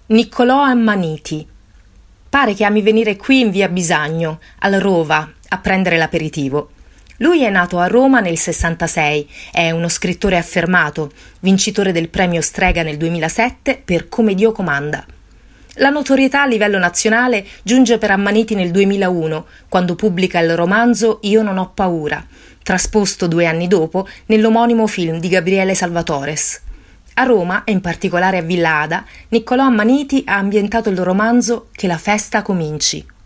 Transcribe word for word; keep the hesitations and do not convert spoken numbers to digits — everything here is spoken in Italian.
Niccolò Ammaniti. Pare che ami venire qui in via Bisagno, al Rova, a prendere l'aperitivo. Lui è nato a Roma nel sessantasei, è uno scrittore affermato, vincitore del premio Strega nel duemilasette per Come Dio comanda. La notorietà a livello nazionale giunge per Ammaniti nel duemilauno, quando pubblica il romanzo Io non ho paura, trasposto due anni dopo nell'omonimo film di Gabriele Salvatores. A Roma, e in particolare a Villa Ada, Niccolò Ammaniti ha ambientato il romanzo Che la festa cominci.